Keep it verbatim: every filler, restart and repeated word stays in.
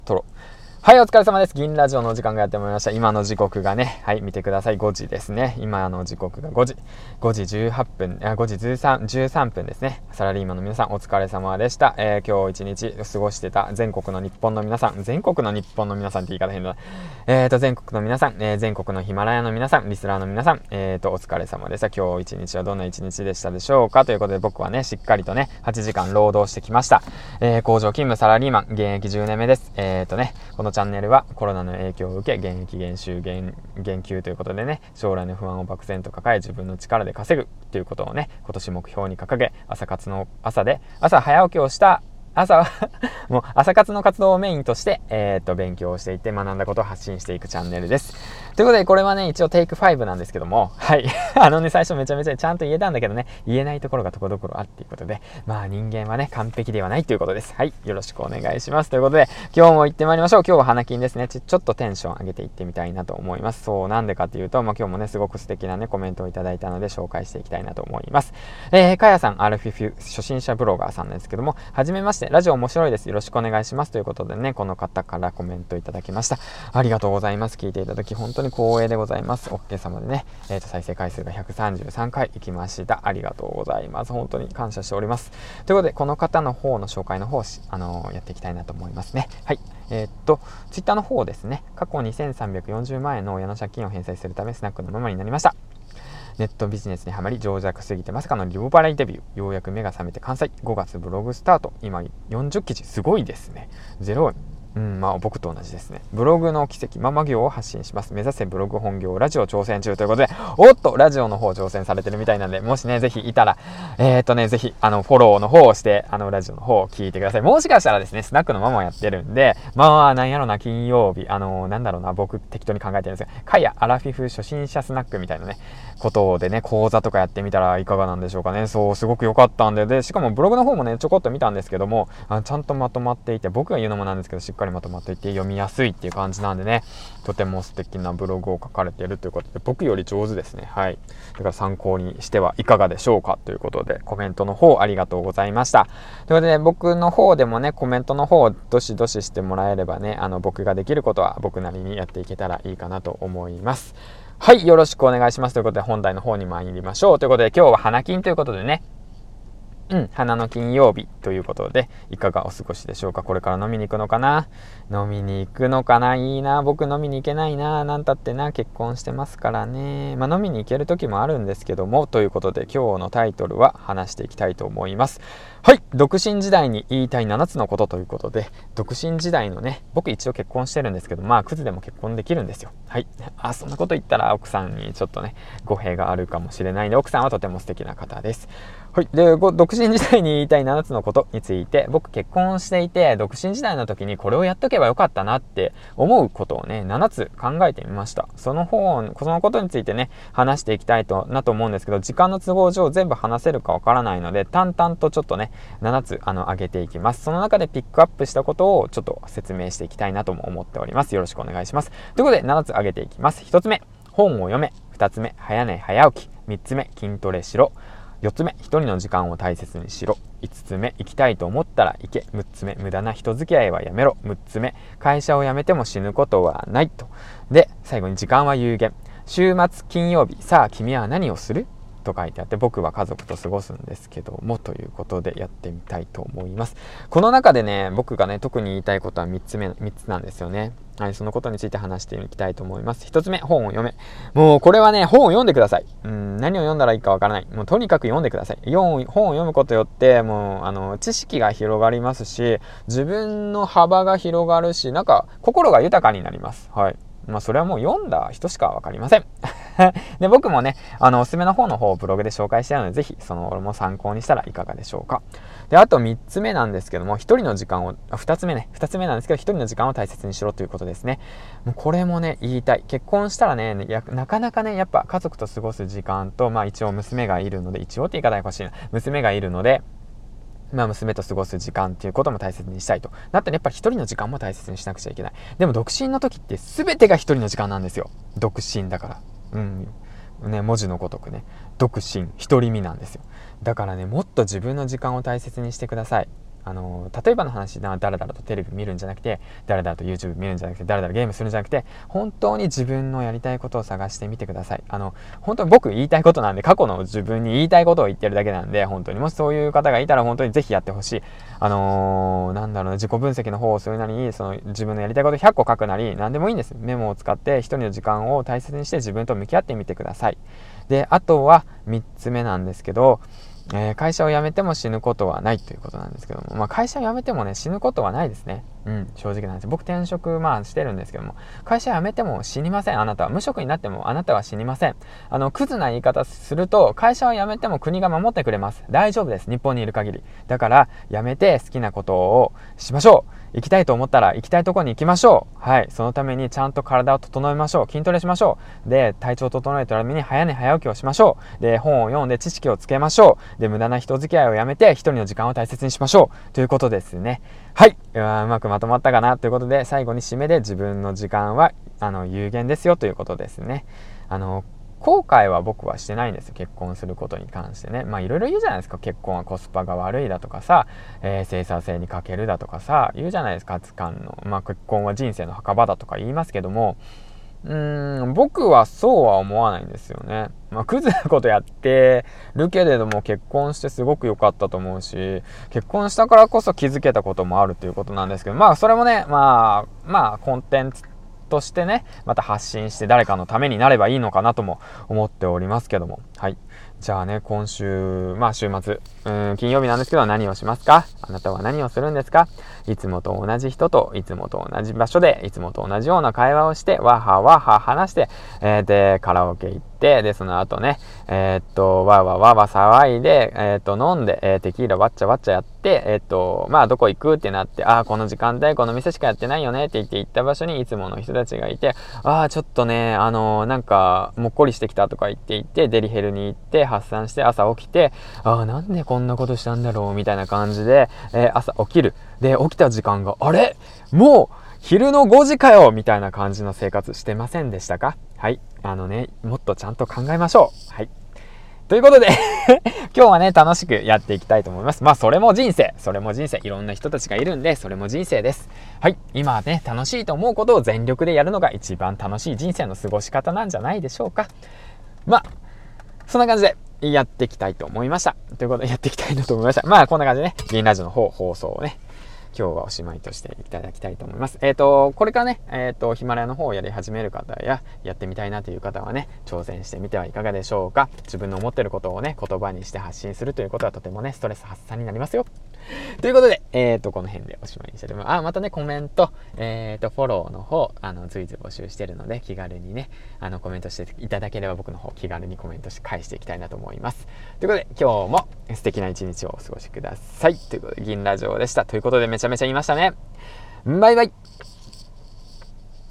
トロ。はい、お疲れ様です。銀ラジオのお時間がやってまいりました。今の時刻がね、はい、見てください。ごじですね。今の時刻がごじ。ごじじゅうはっぷん、あ、ごじじゅうさん、じゅうさんぷんですね。サラリーマンの皆さん、お疲れ様でした。えー、今日一日過ごしてた全国の日本の皆さん、全国の日本の皆さんって言い方変だな。えーと、全国の皆さん、えー、全国のヒマラヤの皆さん、リスナーの皆さん、えーと、お疲れ様でした。今日一日はどんな一日でしたでしょうかということで、僕はね、しっかりとね、はちじかん労働してきました。えー、工場勤務サラリーマン、現役じゅうねんめです。えーとね、このチャンネルはコロナの影響を受け、現役減収減減給ということでね、将来の不安を漠然と抱え、自分の力で稼ぐということをね、今年目標に掲げ、朝活の朝で朝早起きをした朝もう朝活の活動をメインとして、えー、っと勉強をしていって学んだことを発信していくチャンネルです。ということで、これはね、一応テイクファイブなんですけども、はいあのね、最初めちゃめちゃちゃんと言えたんだけどね、言えないところがところどころあるっていうことで、まあ人間はね、完璧ではないということです。はい、よろしくお願いします。ということで、今日も行ってまいりましょう。今日は花金ですね。ちょちょっとテンション上げていってみたいなと思います。そう、なんでかっていうと、まあ今日もね、すごく素敵なね、コメントをいただいたので紹介していきたいなと思います。えー、かやさん、アルフィフ初心者ブロガーさんなんですけども、はじめまして、ラジオ面白いです。よろしくお願いしますということでね、この方からコメントいただきました。ありがとうございます。聞いていただき本当に光栄でございます。OK 様でね、えーと再生回数がひゃくさんじゅうさんかいいきました。ありがとうございます。本当に感謝しております。ということで、この方の方の紹介の方、あのー、やっていきたいなと思いますね。はい。えー、っと、ツイッターの方ですね、過去にせんさんびゃくよんじゅうまんえんの親の借金を返済するためスナックのママになりました。ネットビジネスにはまり情弱すぎてまさかのリボ払いデビュー。ようやく目が覚めて関西。ごがつブログスタート。今よんじゅっきじ。すごいですね。ゼロえん。うん、まあ僕と同じですね。ブログの奇跡、ママ業を発信します。目指せブログ本業、ラジオ挑戦中ということで、おっと、ラジオの方挑戦されてるみたいなんで、もしね、ぜひいたら、えーっとね、ぜひ、あの、フォローの方をして、あの、ラジオの方を聞いてください。もしかしたらですね、スナックのママをやってるんで、まあ、なんやろな、金曜日、あの、なんだろうな、僕適当に考えてるんですが、カヤ、アラフィフ初心者スナックみたいなね、ことでね、講座とかやってみたらいかがなんでしょうかね。そう、すごく良かったんで、で、しかもブログの方もね、ちょこっと見たんですけども、あちゃんとまとまっていて、僕が言うのもなんですけど、しっかりまとまっていて、読みやすいっていう感じなんでね、とても素敵なブログを書かれているということで、僕より上手ですね。はい。だから参考にしてはいかがでしょうかということで、コメントの方ありがとうございました。ということで、僕の方でもね、コメントの方をどしどししてもらえればね、あの、僕ができることは僕なりにやっていけたらいいかなと思います。はい、よろしくお願いしますということで、本題の方に参りましょう。ということで、今日は花金ということでね、うん、花の金曜日ということで、いかがお過ごしでしょうか。これから飲みに行くのかな飲みに行くのかないいな。僕飲みに行けないな。なんたってな、結婚してますからね。まあ飲みに行ける時もあるんですけども、ということで今日のタイトルは話していきたいと思います。はい、独身時代に言いたいななつのことということで、独身時代のね、僕一応結婚してるんですけど、まあクズでも結婚できるんですよ。はい。あ、そんなこと言ったら奥さんにちょっとね、語弊があるかもしれないので、奥さんはとても素敵な方です。はい。で、独身時代に言いたいななつのことについて、僕結婚していて、独身時代の時にこれをやっとけばよかったなって思うことをね、ななつ考えてみました。その方、そのことについてね、話していきたいとなと思うんですけど、時間の都合上全部話せるかわからないので、淡々とちょっとね、ななつ、あの、挙げていきます。その中でピックアップしたことをちょっと説明していきたいなとも思っております。よろしくお願いします。ということで、ななつ挙げていきます。ひとつめ、本を読め。ふたつめ、早寝早起き。みっつめ、筋トレしろ。よっつめ、一人の時間を大切にしろ。いつつめ、行きたいと思ったら行け。むっつめ、無駄な人付き合いはやめろ。むっつめ、会社を辞めても死ぬことはないと。で、最後に時間は有限。週末金曜日、さあ君は何をすると書いてあって、僕は家族と過ごすんですけども、ということでやってみたいと思います。この中でね、僕がね、特に言いたいことはみっつめ、みっつなんですよね。はい、そのことについて話していきたいと思います。ひとつめ、本を読め。もうこれはね、本を読んでください。うん、何を読んだらいいかわからない。もうとにかく読んでください。本を読むことによって、もう、あの、知識が広がりますし、自分の幅が広がるし、なんか、心が豊かになります。はい。まあそれはもう読んだ人しかわかりません。で、僕もね、あの、おすすめの方の方をブログで紹介しているので、ぜひその俺も参考にしたらいかがでしょうか。で、あとみっつめなんですけども、一人の時間を、ふたつめね、ふたつめなんですけど、一人の時間を大切にしろということですね。もうこれもね、言いたい。結婚したらね、なかなかね、やっぱ家族と過ごす時間と、まあ一応娘がいるので、一応って言い方が欲しいな。娘がいるので、まあ娘と過ごす時間っていうことも大切にしたいと。だったらやっぱり一人の時間も大切にしなくちゃいけない。でも独身の時って全てが一人の時間なんですよ。独身だから。うん。ね、文字のごとくね。独身、独り身なんですよ。だからね、もっと自分の時間を大切にしてください。 あの例えばの話だらだらとテレビ見るんじゃなくて、だらだらと YouTube 見るんじゃなくて、だらだらゲームするんじゃなくて、本当に自分のやりたいことを探してみてください。あの本当に僕言いたいことなんで、過去の自分に言いたいことを言ってるだけなんで、本当にもしそういう方がいたら本当にぜひやってほしい。あのー、なんだろうな、自己分析の方をするなり、その自分のやりたいことひゃっこ書くなり、何でもいいんです。メモを使って一人の時間を大切にして自分と向き合ってみてください。で、あとはみっつめなんですけど、えー、会社を辞めても死ぬことはないということなんですけども、まあ、会社を辞めてもね死ぬことはないですね。うん、正直なんです。僕転職まあしてるんですけども、会社辞めても死にません。あなたは無職になってもあなたは死にません。あのクズな言い方すると、会社を辞めても国が守ってくれます。大丈夫です。日本にいる限り。だから辞めて好きなことをしましょう。行きたいと思ったら行きたいところに行きましょう。はい、そのためにちゃんと体を整えましょう。筋トレしましょう。で、体調を整えるために早寝早起きをしましょう。で、本を読んで知識をつけましょう。で、無駄な人付き合いをやめて一人の時間を大切にしましょうということですね。はい、うまくまとまったかなということで、最後に締めで、自分の時間はあの有限ですよということですね。あの後悔は僕はしてないんですよ、結婚することに関してね。まあいろいろ言うじゃないですか。結婚はコスパが悪いだとかさ、えー、生産性に欠けるだとかさ言うじゃないですか。価値観の、まあ、結婚は人生の墓場だとか言いますけども、うーん僕はそうは思わないんですよね。まあクズなことやってるけれども、結婚してすごく良かったと思うし、結婚したからこそ気づけたこともあるということなんですけど、まあそれもね、まあまあコンテンツとしてね、また発信して誰かのためになればいいのかなとも思っておりますけども。はい、じゃあね、今週まあ週末、うーん金曜日なんですけど、何をしますか？あなたは何をするんですか？いつもと同じ人といつもと同じ場所でいつもと同じような会話をして、わはわは話して、えー、でカラオケ行って、でその後ね、えー、っとわわわわ騒いで、えー、っと飲んで、えー、テキーラわっちゃわっちゃやって、えー、っとまあどこ行くってなって、ああこの時間帯この店しかやってないよねって言って行った場所にいつもの人たちがいて、ああちょっとねあのー、なんかもっこりしてきたとか言って言ってデリヘルに行って発散して、朝起きて、ああなんでこんなことしたんだろうみたいな感じで、えー、朝起きる。で起きた時間があれもう昼のごじかよみたいな感じの生活してませんでしたか？はい、あのねもっとちゃんと考えましょう。はい、ということで今日はね楽しくやっていきたいと思います。まあそれも人生それも人生いろんな人たちがいるんで、それも人生です。はい、今はね楽しいと思うことを全力でやるのが一番楽しい人生の過ごし方なんじゃないでしょうか。まあそんな感じでやっていきたいと思いました。ということでやっていきたいなと思いました。まあこんな感じでね、銀ラジオの方放送をね今日はおしまいとしていただきたいと思います。えっと、これからね、えっと、ヒマラヤの方をやり始める方や、やってみたいなという方はね、挑戦してみてはいかがでしょうか。自分の思ってることをね、言葉にして発信するということはとてもね、ストレス発散になりますよ。ということで、えっと、この辺でおしまいにしたいと思います。あ、またね、コメント、えっと、フォローの方、あの、随時募集してるので、気軽にね、あの、コメントしていただければ僕の方、気軽にコメントして返していきたいなと思います。ということで、今日も素敵な一日をお過ごしください。ということで、銀ラジオでした。ということで、めちゃめちゃ言いましたね。バイバイ。